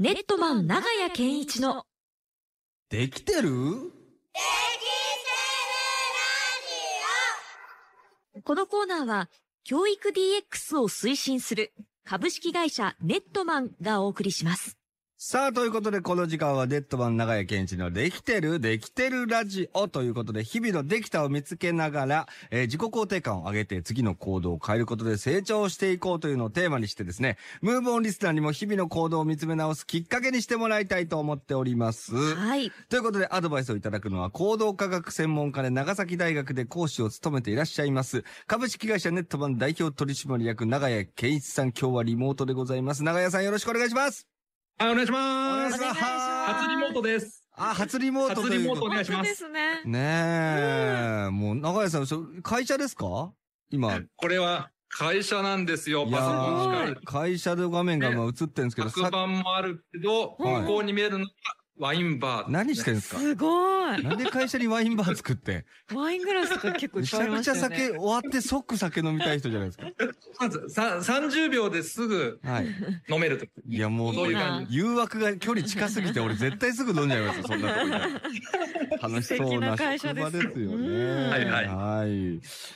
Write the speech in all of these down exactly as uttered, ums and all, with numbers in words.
ネットマン長屋健一のできてる？ このコーナーは教育 ディーエックス を推進する株式会社ネットマンがお送りします。 さあ、ということで、この時間はネットマン長屋健一のできてるできてるラジオということで、日々のできたを見つけながら、えー、自己肯定感を上げて次の行動を変えることで成長していこうというのをテーマにしてですね、ムーブオンリスナーにも日々の行動を見つめ直すきっかけにしてもらいたいと思っております。 はい。 ということで、アドバイスをいただくのは行動科学専門家で長崎大学で講師を務めていらっしゃいます、株式会社ネットマン代表取締役長屋健一さん、今日はリモートでございます。長屋さん、よろしくお願いします。 はい、お願いします。 お願いします。 初リモートです。 あ、初リモートという。 初リモートお願いします。 ですね。 ねえ、うん、もう長屋さん、会社ですか？今。 これは会社なんですよ。パソコンしかある。 会社の画面が今映ってるんですけど。 白板もあるけど、向こうに見えるのがワインバー。 何してんですか？ すごい。 なんで会社にワインバー作って。 ワイングラスとか結構いっぱいありますよね。 めちゃくちゃ酒終わって即酒飲みたい人じゃないですか。 まずささんじゅうびょうですぐ飲めると。 いやもう、そういう感じ。誘惑が距離近すぎて俺絶対すぐ飲んじゃいますよ、そんなとこに。楽しそうな職場ですよね。 はいはい。 はい。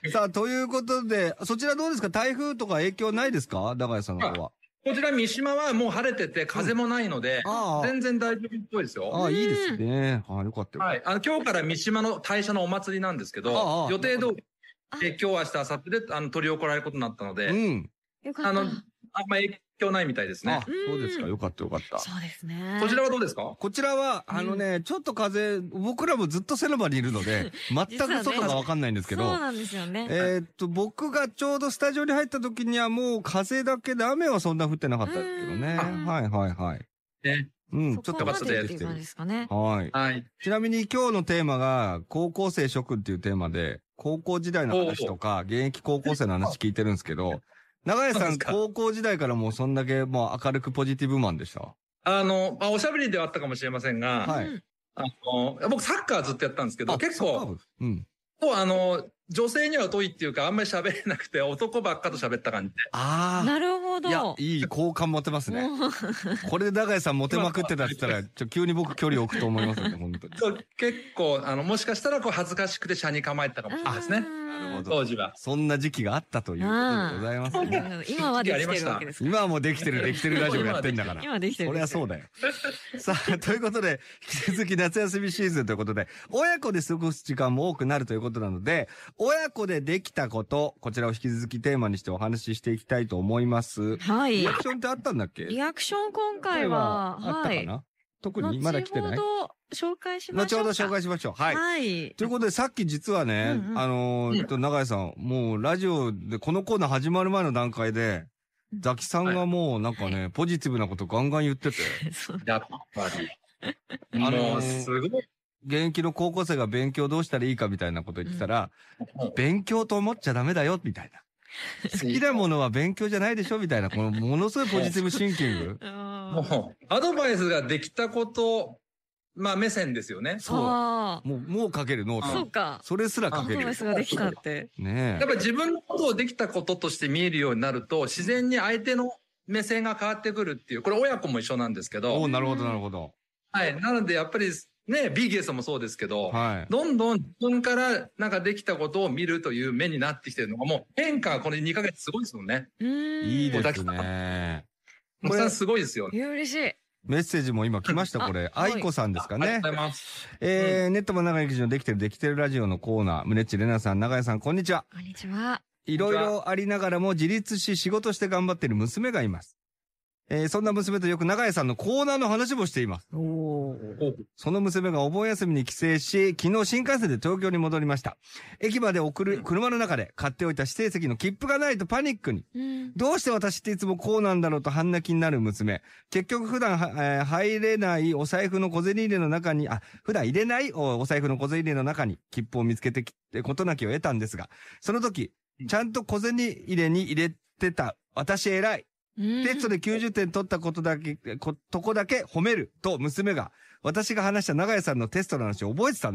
さあ、ということで、そちらどうですか？台風とか影響ないですか？長屋さんの方は。 こちら三島はもう晴れてて風もないので、うん、全然大丈夫っぽいですよ。 ああ、いいですね。ああ、よかったよ。 はい。あの、今日から三島の大社のお祭りなんですけど、ああ予定通り、え今日明日明後日で、あの、取り行われることになったので、うん。あの、あんま影響ないみたいですね。 あ、そうですか。よかったよかった。 そうですね。 こちらはどうですか？ こちらは、あのね、ちょっと風、僕らもずっと瀬の場にいるので、全く外がわかんないんですけど。 そうなんですよね。 えっと、僕がちょうどスタジオに入った時にはもう風だけで雨はそんな降ってなかったですけどね。はいはいはい。 ね。 うん、ちょっとバスでっていう感じですかね。 はい。はい。ちなみに今日のテーマが、高校生諸君っていうテーマで、高校時代の話とか、現役高校生の話聞いてるんですけど、長屋さん、高校時代からもうそんだけもう明るくポジティブマンでした？ あの、まあ、おしゃべりではあったかもしれませんが、はい。あの、僕サッカーずっとやったんですけど、結構、うん。と、あの、女性には遠いっていうか、あんまり喋れなくて、男ばっかと喋った感じで。 ああ。なるほど。 いや、いい好感持てますね。これで長屋さんモテまくってたって言ったら、ちょ、急に僕距離置くと思いますよね、本当に。 そう、結構、あの、もしかしたら、こう、恥ずかしくて車に構えてたかもしれないですね。 なるほど。 当時は。 そんな時期があったということでございますね。 今はできてるわけですか？ 今はもうできてる、できてるラジオやってんだから。 今できてる。 そりゃそうだよ。さあ、ということで、引き続き夏休みシーズンということで、親子で過ごす時間も多くなるということなので、親子でできたこと、こちらを引き続きテーマにしてお話ししていきたいと思います。 はい。 リアクションってあったんだっけ？ リアクション今回は、 あったかな？特にまだ来てない？ 後ほど紹介しましょうか。 後ほど紹介しましょう。はい。 はい。 ということで、さっき実はね、うんうん、あのー、長井さん、もうラジオでこのコーナー始まる前の段階で、ザキさんがもうなんかね、はい、ポジティブなことガンガン言ってて。 やっぱり。あのー、すごい。 現役の高校生が勉強どうしたらいいかみたいなこと言ってたら、うん、勉強と思っちゃダメだよ、みたいな。好きなものは勉強じゃないでしょみたいな、このものすごいポジティブシンキング。 もう、アドバイスができたこと、まあ目線ですよね。 そう。もう、もう書けるノート。 そうか。 それすら書ける。 アドバイスができたって。 ねえ。 やっぱり自分のことをできたこととして見えるようになると、自然に相手の目線が変わってくるっていう、これ親子も一緒なんですけど。 おなるほど、なるほど。 はい。なのでやっぱり、ね、ビーゲストもそうですけど、はい、どんどん自分からなんかできたことを見るという目になってきてるのがもう変化このにかげつすごいですもんね。 うん。 いいですね。 これすごいですよね。 嬉しい。 メッセージも今来ました、これ。愛子さんですかね。 ありがとうございます。 えー、うん、ネットも長い記事のできてるできてるラジオのコーナー、宗地玲奈さん、長谷さん、こんにちは。 こんにちは。 いろいろありながらも自立し仕事して頑張っている娘がいます。えー、そんな娘とよく長屋さんのコーナーの話もしています。おその娘がお盆休みに帰省し、昨日新幹線で東京に戻りました。駅まで送る車の中で買っておいた指定席の切符がないとパニックに。うん、どうして私っていつもこうなんだろうと半泣きになる娘。結局普段、えー、入れないお財布の小銭入れの中に、あ、普段入れないお財布の小銭入れの中に切符を見つけてきて事なきを得たんですが、その時、ちゃんと小銭入れに入れてた私偉い。テストできゅうじゅってん取ったことだけ、こ、とこだけ褒めると娘が、私が話した長屋さんのテストの話を覚えてたんです。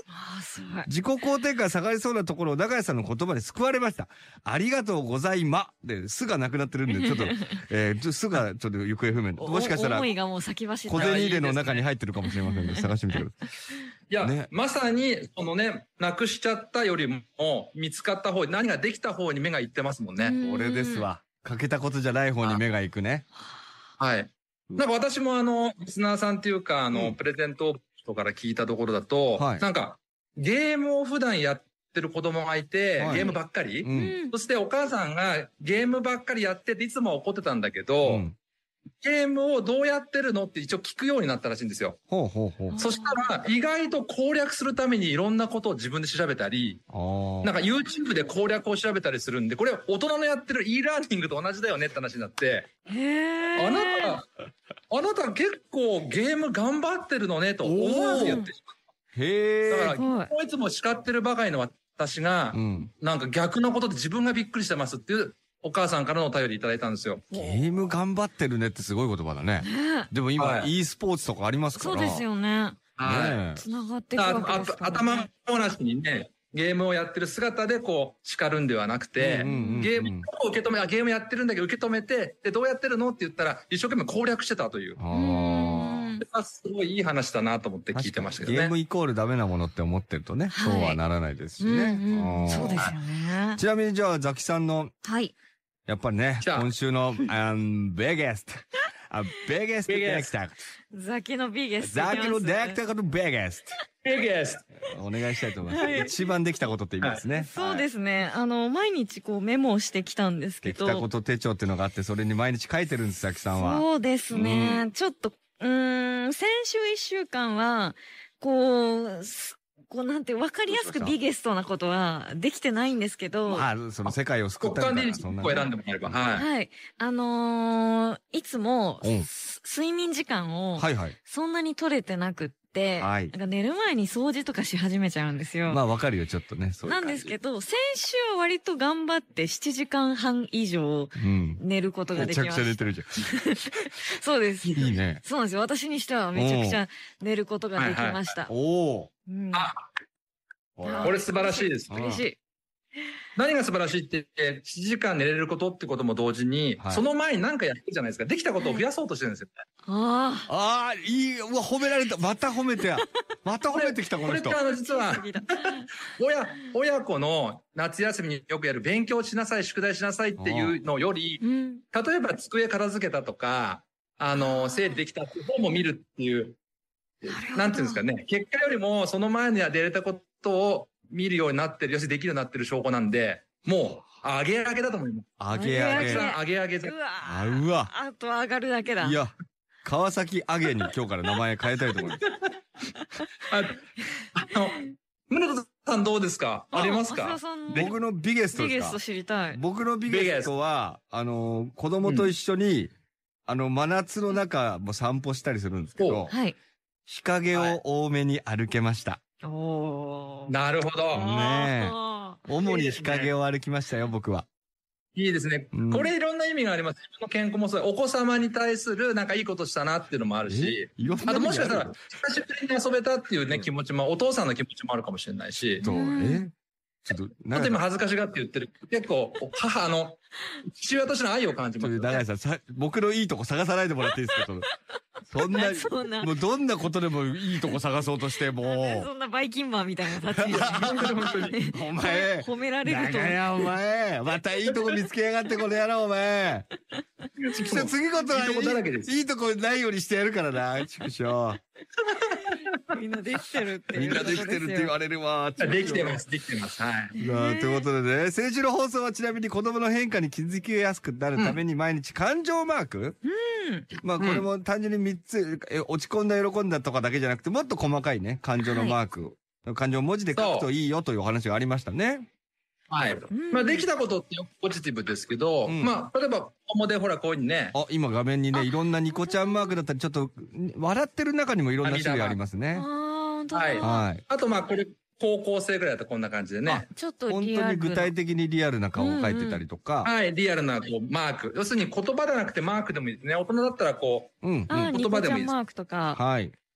ああ、すごい。 自己肯定感下がりそうなところを長屋さんの言葉で救われました。ありがとうございま。で、すがなくなってるんで、ちょっと、えー、すがちょっと行方不明。もしかしたら、 思いがもう先走小銭入れの中に入ってるかもしれませんので、探してみてください。 いや、ね、まさに、そのね、なくしちゃったよりも、見つかった方に、何ができた方に目がいってますもんね。 これですわ。かけたことじゃない方に目がいくね。 はい。なんか私もあの、リスナーさんっていうか、あの、うん、プレゼント人から聞いたところだと、はい、なんか、ゲームを普段やってる子供がいて、はい、ゲームばっかり、うん、そしてお母さんがゲームばっかりやってて、いつも怒ってたんだけど、うん、ゲームをどうやってるのって一応聞くようになったらしいんですよ。 ほうほうほう。 そしたら、意外と攻略するためにいろんなことを自分で調べたり、なんか YouTube で攻略を調べたりするんで、これ大人のやってる e ラーニングと同じだよねって話になって、 へあなた、あなた結構ゲーム頑張ってるのねと思わず言ってしまう。 へだから、いつも叱ってるばかりの私が、うん、なんか逆のことで自分がびっくりしてますっていう、お母さんからのお便りいただいたんですよ。 ゲーム頑張ってるねってすごい言葉だね。ねでも今、はい、e スポーツとかありますから。 そうですよね。 はい。 繋がってくるわけですからね。 頭の話にね、ゲームをやってる姿でこう叱るんではなくて、ゲームを受け止め、あ、ゲームやってるんだけど受け止めて、で、どうやってるのって言ったら、一生懸命攻略してたという。ああ。すごいいい話だなと思って聞いてましたけどね。 ゲームイコールダメなものって思ってるとね、はい、そうはならないですしね。 うんうん、そうですよね。 ちなみにじゃあ、ザキさんの、 はい。 やっぱりね、今週の、um, biggest, a biggest detector。 ザキのビゲスト。 ザキのディレクターの biggest。 biggest。 お願いしたいと思います。はい、一番できたことって言いますね。はい、 そうですね。あの、毎日こうメモをしてきたんですけど。 できたこと手帳っていうのがあって、それに毎日書いてるんです、ザキさんは。 そうですね。うん、ちょっと、うーん、先週一週間は、こう、こうなんて分かりやすくビゲストなことはできてないんですけど。 まあ、その世界を救ったりとか、 そんな。こう選んでもらえれば。はい。 はい。あのー、いつも、睡眠時間を、そんなに取れてなくって、はい。なんか寝る前に掃除とかし始めちゃうんですよ。 まあわかるよ、ちょっとね。 そういうなんですけど、先週は割と頑張ってしちじかんはん以上、寝ることができました。 めちゃくちゃ寝てるじゃん。 そうです。 いいね。 そうなんですよ。私にしてはめちゃくちゃ寝ることができました。 おお。 うん、あ、これ素晴らしいです。 嬉しい。 何が素晴らしいって言って、しちじかん寝れることってことも同時に、はい、その前に何かやってるじゃないですか。できたことを増やそうとしてるんですよ。 ああ。ああ、いい。うわ、褒められた。また褒めてや。また褒めてきた、この人。 これってあの、実は、親、親子の夏休みによくやる勉強しなさい、宿題しなさいっていうのより、うん、例えば机片付けたとか、あの、整理できたって本も見るっていう、なんていうんですかね。結果よりも、その前には出れたことを見るようになってる、要するにできるようになってる証拠なんで、もう、上げ上げだと思います。 上げ上げ。 上げ上げ。 うわあ、うわ。 あと上がるだけだ。 いや、川崎上げに今日から名前変えたいと思います。 ああの、宗人さんどうですか？ありますか？ 僕のビゲストですか？ ビゲスト知りたい。 僕のビゲストは、あの、子供と一緒に、うん、あの、真夏の中も散歩したりするんですけど、 はい。 日陰を多めに歩けました。 おー。 なるほど。 ねえ。主に日陰を歩きましたよ、僕は。 いいですね。うん、これいろんな意味があります。自分の健康もそう。お子様に対するなんかいいことしたなっていうのもあるし、あともしかしたら、久しぶりに遊べたっていうね、気持ちも、お父さんの気持ちもあるかもしれないし。 どうえちょっと、なんか今恥ずかしがって言ってる。結構、母の、父親としての愛を感じます、ね。 長井さんさ、僕のいいとこ探さないでもらっていいですか？そんな、そんなもうどんなことでもいいとこ探そうとして、もう。 そんなバイキンマンみたいな立ち位置。 本当に。お前。 褒められると。 いや、お前。またいいとこ見つけやがって、この野郎、お前。次ことはいい、いいとこないようにしてやるからな、畜生。 みんなできてるっていう。 みんなできてるって言われるわ。 できてます、できてます。はい。 ということでね、先週の放送はちなみに子供の変化に気づきやすくなるために毎日感情マーク、 うん、 まあこれも単純にみっつ、落ち込んだ喜んだとかだけじゃなくてもっと細かいね、感情のマーク、はい、感情を文字で書くといいよというお話がありましたね。 はい。まあできたことってよくポジティブですけど、うん、まあ例えば子供でほらこういうにね。 あ、今画面にね、いろんなニコちゃんマークだったりちょっと笑ってる中にもいろんな種類ありますね。 あ、本当だ。 はい。はい。あとまあこれ、高校生ぐらいだとこんな感じでね。 ちょっと本当に具体的にリアルな顔を描いてたりとか。 うんうん、はい、リアルなこうマーク。要するに言葉じゃなくてマークでもいいですね。大人だったらこう、うん、 言葉でもいいです。マークとか。 はい。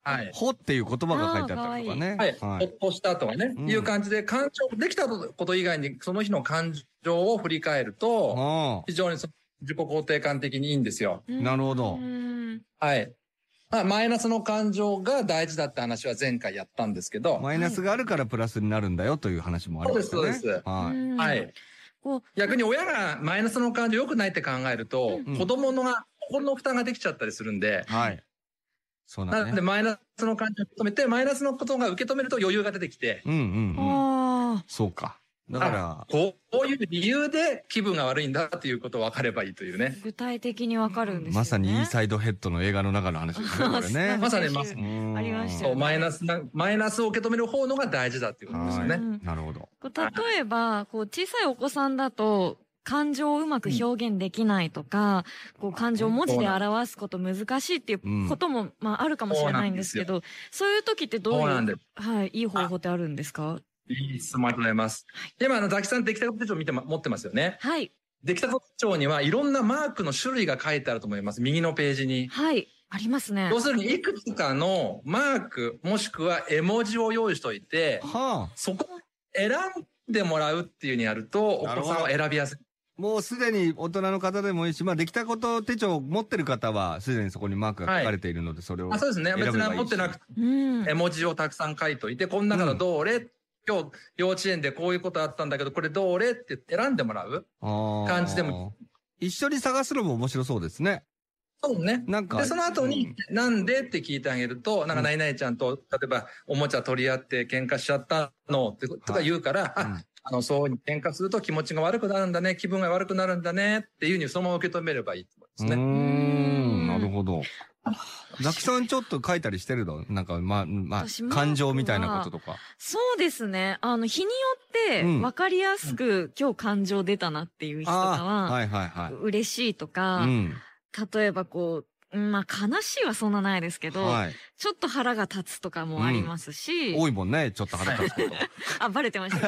はい。 ほっていう言葉が書いてあったりとかね。 はい。ほっとしたとかね。いう感じで、感情、できたこと以外に、その日の感情を振り返ると、非常に自己肯定感的にいいんですよ。 なるほど。 はい。まあ、マイナスの感情が大事だって話は前回やったんですけど。 マイナスがあるからプラスになるんだよという話もあるんですね。 そうです、そうです。はい。はい。逆に親がマイナスの感情良くないって考えると、子供の心の負担ができちゃったりするんで。 はい。そうなんですね。 なので、マイナスの感情を受け止めて、マイナスのことが受け止めると余裕が出てきて。 うんうんうん。そうか。だから、 こういう理由で気分が悪いんだっていうことを分かればいいというね。 具体的に分かるんですよね。 まさにインサイドヘッドの映画の中の話ですね、これね。 まさにまさに。ありましたそう、マイナスな、マイナスを受け止める方のが大事だっていうことですよね。 なるほど。 例えば、こう、小さいお子さんだと、感情をうまく表現できないとか、こう感情を文字で表すこと難しいっていうことも、まああるかもしれないんですけど、そういう時ってどういう、はい、いい方法ってあるんですか？ いい質問ありがとうございます。今、あの、ザキさん、出来たこと手帳見て、持ってますよね。 はい。 出来たこと手帳にはいろんなマークの種類が書いてあると思います。右のページに。 はい。ありますね。 要するに、いくつかのマーク、もしくは絵文字を用意しといて、はあ、そこを選んでもらうっていうにやると、お子さんを選びやすい。 もうすでに大人の方でもいいし、まあ、できたこと手帳を持ってる方は、すでにそこにマークが書かれているので、それを。 あ、そうですね。別に持ってなくて、絵文字をたくさん書いといて、この中のどれ、うん、今日、幼稚園でこういうことあったんだけど、これどれって選んでもらう感じでも。 一緒に探すのも面白そうですね。 そうね。なんか。で、その後に、うん、なんでって聞いてあげると、なんか、何々ちゃんと、例えば、おもちゃ取り合って喧嘩しちゃったのって、とか言うから、はい、あ、うんあの、そう喧嘩すると気持ちが悪くなるんだね、気分が悪くなるんだね、っていうふうにそのまま受け止めればいいと思いますね。 うーん、なるほど。ザキさんちょっと書いたりしてるの？なんか、まあ、まあ、感情みたいなこととか。 そうですね。あの、日によって分かりやすく、うん、今日感情出たなっていう人とかは、はいはいはい。嬉しいとか、うん、例えばこう、まあ、悲しいはそんなないですけど、はい、ちょっと腹が立つとかもありますし。 うん、多いもんね、ちょっと腹立つこと。 あ、バレてました。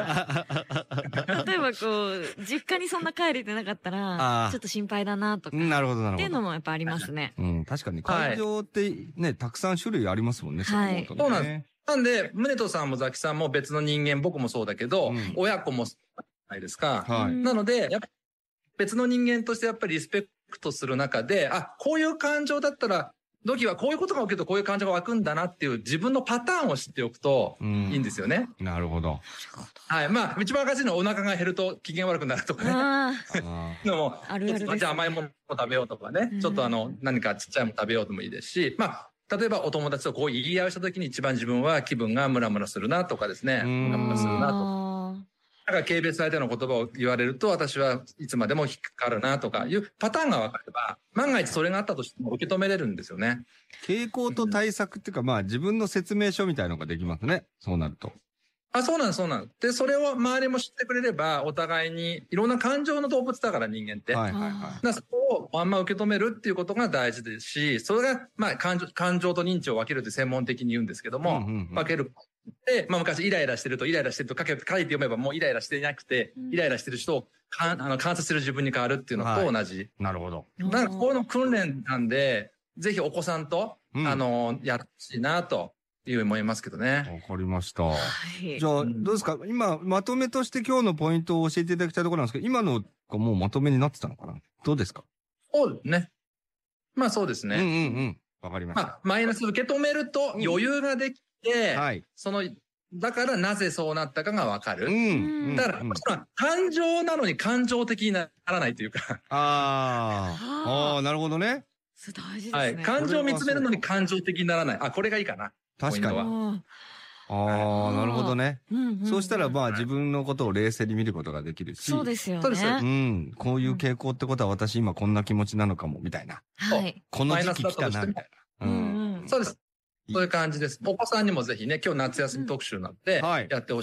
例えばこう、実家にそんな帰れてなかったら、ちょっと心配だなとか。 なるほどなるほど。 っていうのもやっぱありますね。 うん、確かに感情ってね、はい、たくさん種類ありますもんね、 はい。 そうなんです。なんで、宗人さんもザキさんも別の人間、僕もそうだけど、うん、親子もそうじゃないですか。はい。なので、やっぱ別の人間としてやっぱりリスペクトする中で、あ、こういう感情だったら、時はこういうことが起きるとこういう感情が湧くんだなっていう自分のパターンを知っておくといいんですよね。 うん、なるほど。 はい。まあ、一番赤字のはお腹が減ると機嫌悪くなるとかね。のも、あるあるですね、じゃあ甘いものを食べようとかね。うん、ちょっとあの、何かちっちゃいもの食べようでもいいですし、まあ、例えばお友達とこう言い合いをした時に一番自分は気分がムラムラするなとかですね。ムラムラするなと。だから軽蔑相手の言葉を言われると私はいつまでも引っかかるなとかいうパターンが分かれば、万が一それがあったとしても受け止めれるんですよね。 傾向と対策っていうか、まあ自分の説明書みたいなのができますね。そうなると。 あ、そうなんです、そうなんです。で、それを周りも知ってくれれば、お互いにいろんな感情の動物だから人間って。はいはいはい。そこをまんま受け止めるっていうことが大事ですし、それが、まあ感情、感情と認知を分けるって専門的に言うんですけども、うんうんうん、分ける。で、まあ昔イライラしてるとイライラしてると書け、書いて読めばもうイライラしていなくて、うん、イライラしてる人をかあの観察する自分に変わるっていうのと同じ。はい、 なるほど。 だからこういうの訓練なんで、ぜひお子さんと、うん、あの、やってほしいなという思いますけどね。 わかりました。はい、じゃあ、どうですか、今、まとめとして今日のポイントを教えていただきたいところなんですけど、今のがもうまとめになってたのかな？どうですか？ そうですね。まあそうですね。 うんうんうん。わかりました。まあ、 マイナス受け止めると余裕ができて、うん、はい。その、だからなぜそうなったかがわかる。うん。だから、うん、感情なのに感情的にならないというか。 ああ。ああ、なるほどね。 それ大事ですね。 はい。感情を見つめるのに感情的にならない。あ、これがいいかな。 確かに。ああ、なるほどね。そうしたらまあ自分のことを冷静に見ることができるし。 そうですよね。 そうです。 うん。こういう傾向ってことは私今こんな気持ちなのかも、みたいな。 はい。 この時期来たな、みたいな。うん。そうです。そういう感じです。お子さんにもぜひね、今日夏休み特集なんで、やってほしい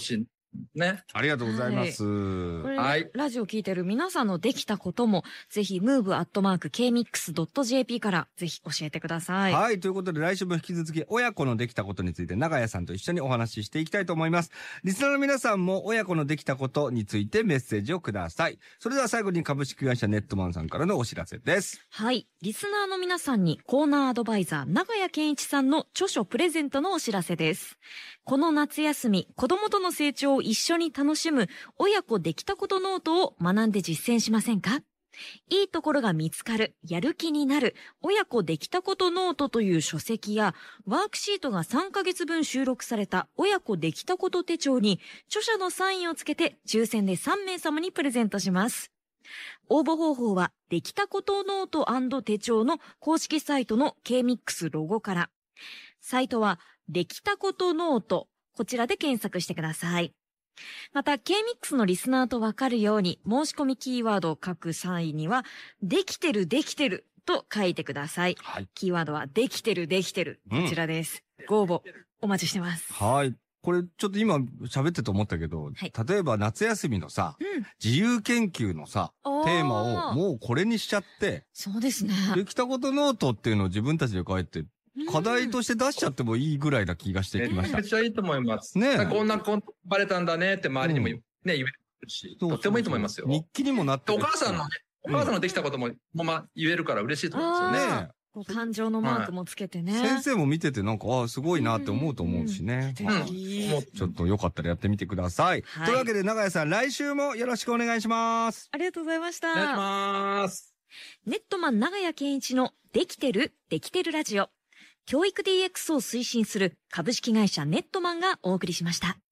ね。 ありがとうございます。 はい。はい、ラジオ聞いてる皆さんのできたことも、ぜひ、ムーブアットマークケーミックスドットジェーピー からぜひ教えてください。 はい。ということで、来週も引き続き、親子のできたことについて、長谷さんと一緒にお話ししていきたいと思います。リスナーの皆さんも、親子のできたことについてメッセージをください。それでは最後に株式会社ネットマンさんからのお知らせです。 はい。リスナーの皆さんに、コーナーアドバイザー、長谷健一さんの著書プレゼントのお知らせです。この夏休み、子供との成長を一緒に楽しむ親子できたことノートを学んで実践しませんか？いいところが見つかる、やる気になる、親子できたことノートという書籍や、ワークシートがさんかげつぶん収録された親子できたこと手帳に、著者のサインをつけて抽選でさんめいさまにプレゼントします。応募方法は、できたことノート&手帳の公式サイトの ケーミックス ロゴから。サイトは、できたことノート、こちらで検索してください。また、ケーミックス のリスナーとわかるように、申し込みキーワードを書く際には、できてるできてると書いてください。はい、キーワードは、できてるできてる。こちらです。うん、ご応募、お待ちしてます。 はい。これ、ちょっと今喋ってて思ったけど、はい、例えば夏休みのさ、うん、自由研究のさ、テーマをもうこれにしちゃって、 そうですね。 できたことノートっていうのを自分たちで書いて、課題として出しちゃってもいいぐらいな気がしてきました。 めっちゃいいと思います。ねこんなこんバレたんだねって周りにも、ね、言えるし、とってもいいと思いますよ。 日記にもなってる。 お母さんのね、お母さんのできたことも、まま言えるから嬉しいと思うんですよね。 こう感情のマークもつけてね。 先生も見ててなんか、ああ、すごいなって思うと思うしね。うん。ちょっとよかったらやってみてください。というわけで、長谷さん、来週もよろしくお願いします。 ありがとうございました。 お願いします。 ネットマン長谷健一のできてる、できてるラジオ。教育 ディーエックス を推進する株式会社ネットマンがお送りしました。